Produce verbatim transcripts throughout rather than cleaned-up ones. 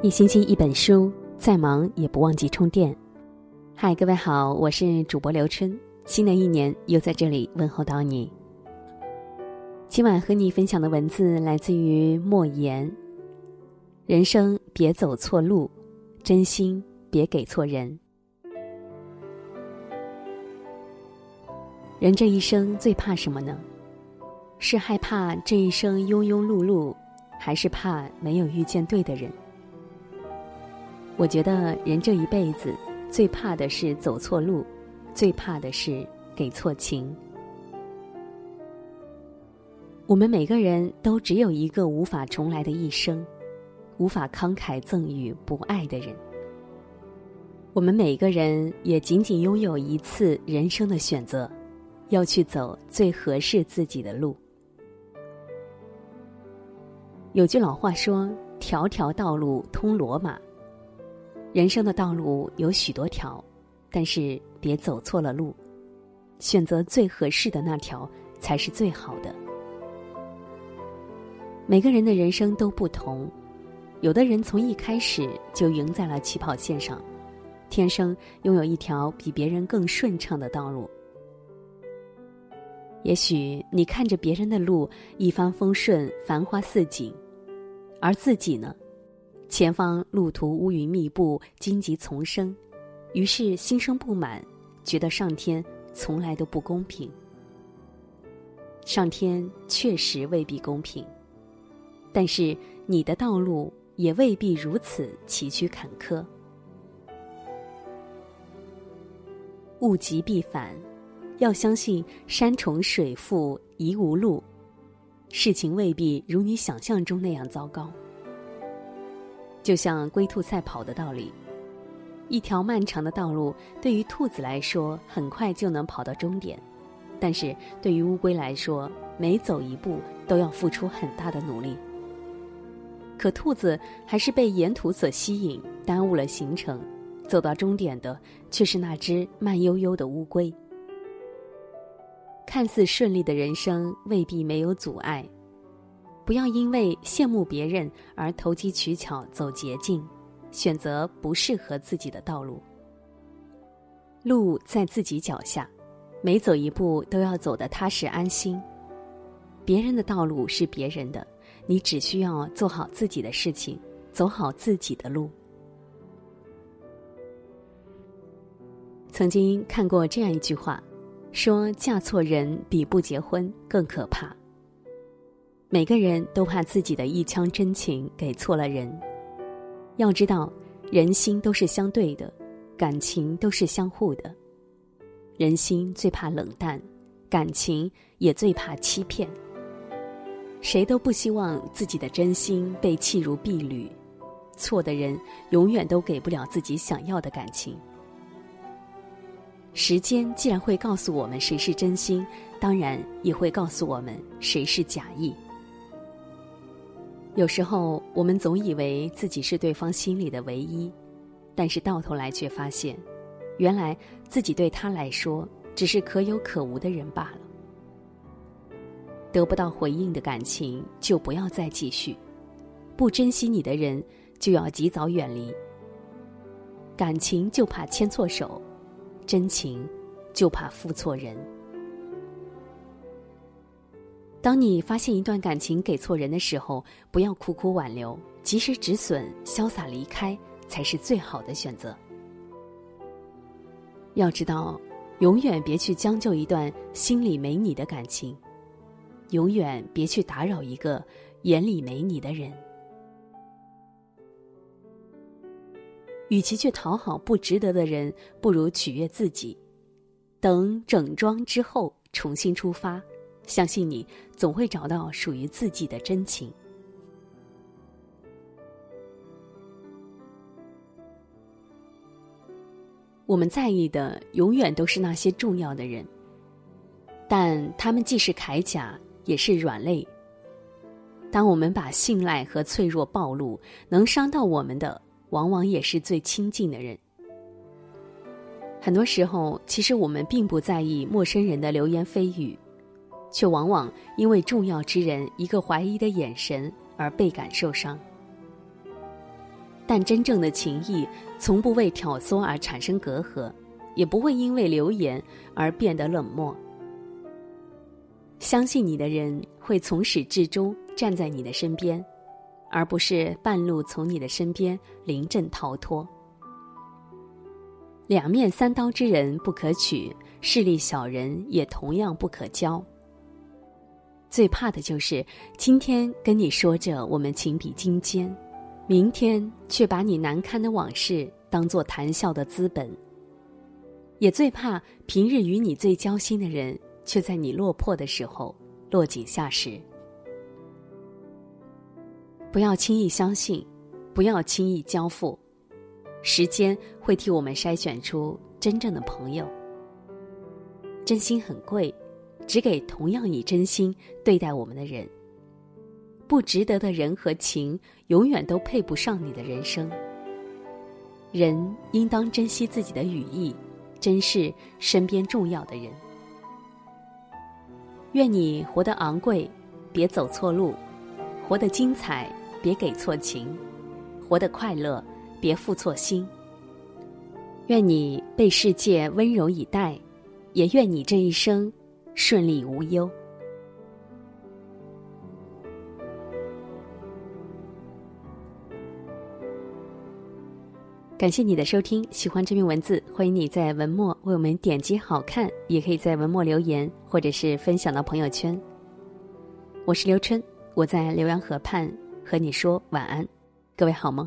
一星期一本书，再忙也不忘记充电。嗨，各位好，我是主播刘春，新的一年又在这里问候到你。今晚和你分享的文字来自于莫言。人生别走错路，真心别给错人。人这一生最怕什么呢？是害怕这一生庸庸碌碌，还是怕没有遇见对的人？我觉得人这一辈子最怕的是走错路，最怕的是给错情。我们每个人都只有一个无法重来的一生，无法慷慨赠予不爱的人。我们每个人也仅仅拥有一次人生的选择，要去走最合适自己的路。有句老话说，条条道路通罗马。人生的道路有许多条，但是别走错了路，选择最合适的那条才是最好的。每个人的人生都不同，有的人从一开始就赢在了起跑线上，天生拥有一条比别人更顺畅的道路。也许你看着别人的路一帆风顺，繁花似锦，而自己呢，前方路途乌云密布，荆棘丛生，于是心生不满，觉得上天从来都不公平。上天确实未必公平，但是你的道路也未必如此崎岖坎坷。物极必反，要相信山重水复疑无路，事情未必如你想象中那样糟糕。就像龟兔赛跑的道理，一条漫长的道路对于兔子来说很快就能跑到终点，但是对于乌龟来说，每走一步都要付出很大的努力。可兔子还是被沿途所吸引，耽误了行程，走到终点的却是那只慢悠悠的乌龟。看似顺利的人生未必没有阻碍，不要因为羡慕别人而投机取巧走捷径，选择不适合自己的道路。路在自己脚下，每走一步都要走得踏实安心。别人的道路是别人的，你只需要做好自己的事情，走好自己的路。曾经看过这样一句话，说嫁错人比不结婚更可怕。每个人都怕自己的一腔真情给错了人。要知道，人心都是相对的，感情都是相互的。人心最怕冷淡，感情也最怕欺骗。谁都不希望自己的真心被弃如敝履，错的人永远都给不了自己想要的感情。时间既然会告诉我们谁是真心，当然也会告诉我们谁是假意。有时候我们总以为自己是对方心里的唯一，但是到头来却发现，原来自己对他来说只是可有可无的人罢了。得不到回应的感情就不要再继续，不珍惜你的人就要及早远离。感情就怕牵错手，真情就怕负错人。当你发现一段感情给错人的时候，不要苦苦挽留，及时止损，潇洒离开才是最好的选择。要知道，永远别去将就一段心里没你的感情，永远别去打扰一个眼里没你的人。与其去讨好不值得的人，不如取悦自己。等整装之后重新出发，相信你总会找到属于自己的真情。我们在意的永远都是那些重要的人，但他们既是铠甲，也是软肋。当我们把信赖和脆弱暴露，能伤到我们的往往也是最亲近的人。很多时候，其实我们并不在意陌生人的流言蜚语，却往往因为重要之人一个怀疑的眼神而倍感受伤。 但真正的情谊从不为挑唆而产生隔阂，也不会因为流言而变得冷漠。相信你的人会从始至终站在你的身边，而不是半路从你的身边临阵逃脱。两面三刀之人不可取，势利小人也同样不可交。最怕的就是今天跟你说着我们情比金坚，明天却把你难堪的往事当作谈笑的资本。也最怕平日与你最交心的人，却在你落魄的时候落井下石。不要轻易相信，不要轻易交付，时间会替我们筛选出真正的朋友。真心很贵，只给同样以真心对待我们的人。不值得的人和情，永远都配不上你的人生。人应当珍惜自己的羽翼，珍视身边重要的人。愿你活得昂贵，别走错路；活得精彩，别给错情；活得快乐，别负错心。愿你被世界温柔以待，也愿你这一生顺利无忧。感谢你的收听，喜欢这篇文字，欢迎你在文末为我们点击好看，也可以在文末留言，或者是分享到朋友圈。我是刘春，我在浏阳河畔和你说晚安，各位好吗？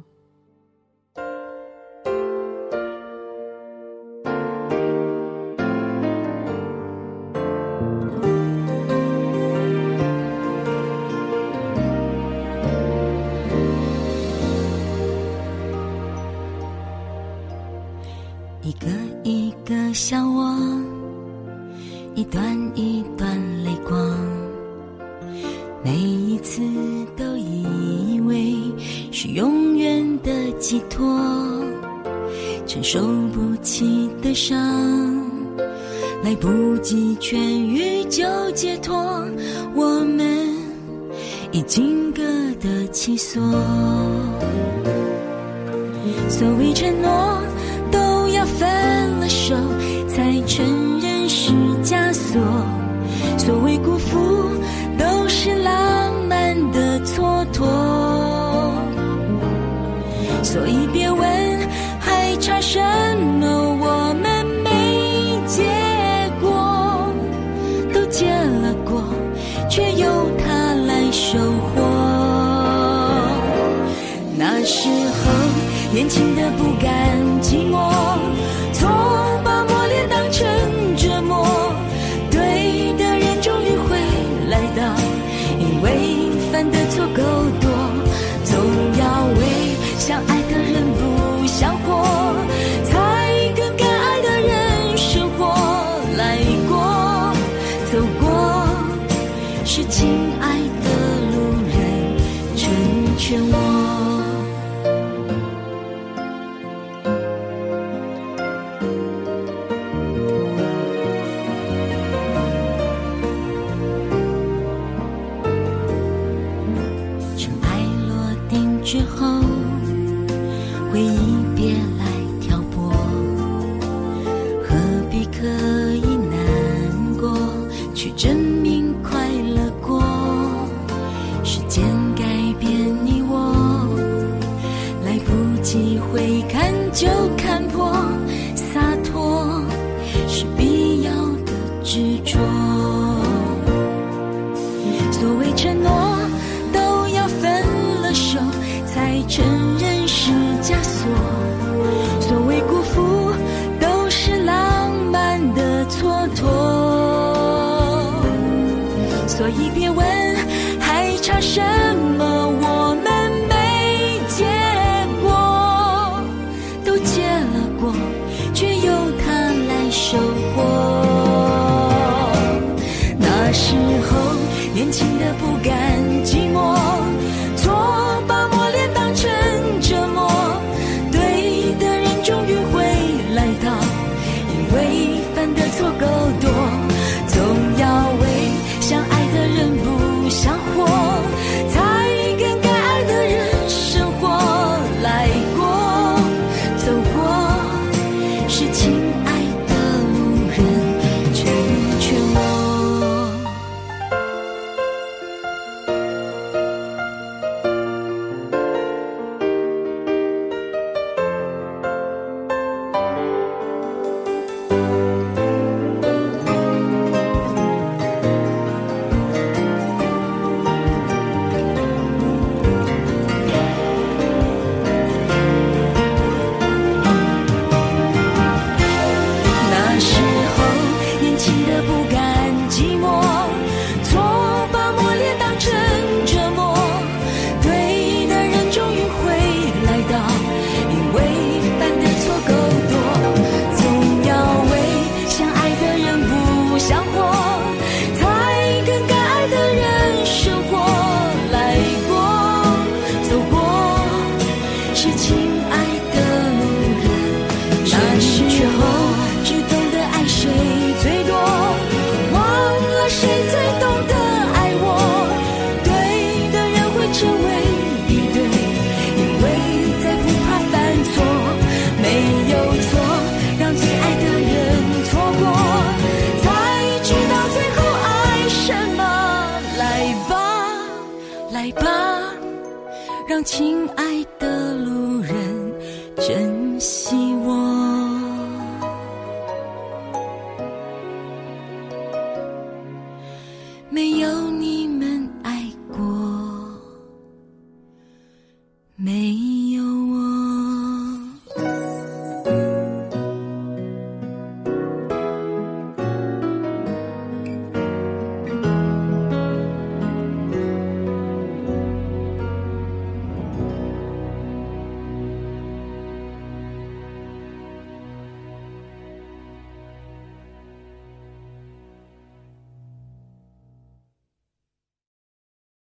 一个一个小我，一段一段泪光，每一次都以为是永远的寄托，承受不起的伤，来不及痊愈就解脱，我们已经各得其所。所谓承诺都要分了手才承认是枷锁，所谓辜负都是浪漫的蹉跎，所以别问还差什么，我们没结果，都结了果，却由他来收获。那时候年轻的不甘寂寞，错把磨练当成折磨，对的人终于会来到，因为犯的错够多，总要为相爱的人不想活，才跟该爱的人生活来过，走过是亲爱的路人成全我。之后回忆别来挑拨，何必刻意难过，去证明快乐过。时间改变你我，来不及回看就看破，洒脱是必要的执着。所谓承诺都要分了手才承认是枷锁，所谓辜负都是浪漫的蹉跎，所以别问还差什么，我们没结果，都结了果，却由他来收获。那时候年轻的不甘寂寞，错把磨练当成折磨，对的人终于会来到，因为犯的错够多，总要为相爱的人不想活，才跟该爱的人生活来过， 道谁最懂得爱我，对的人会成为一对，因为在不怕犯错，没有错，让最爱的人错过，才知道最后爱什么。来吧来吧，让亲爱的路人珍惜我。没有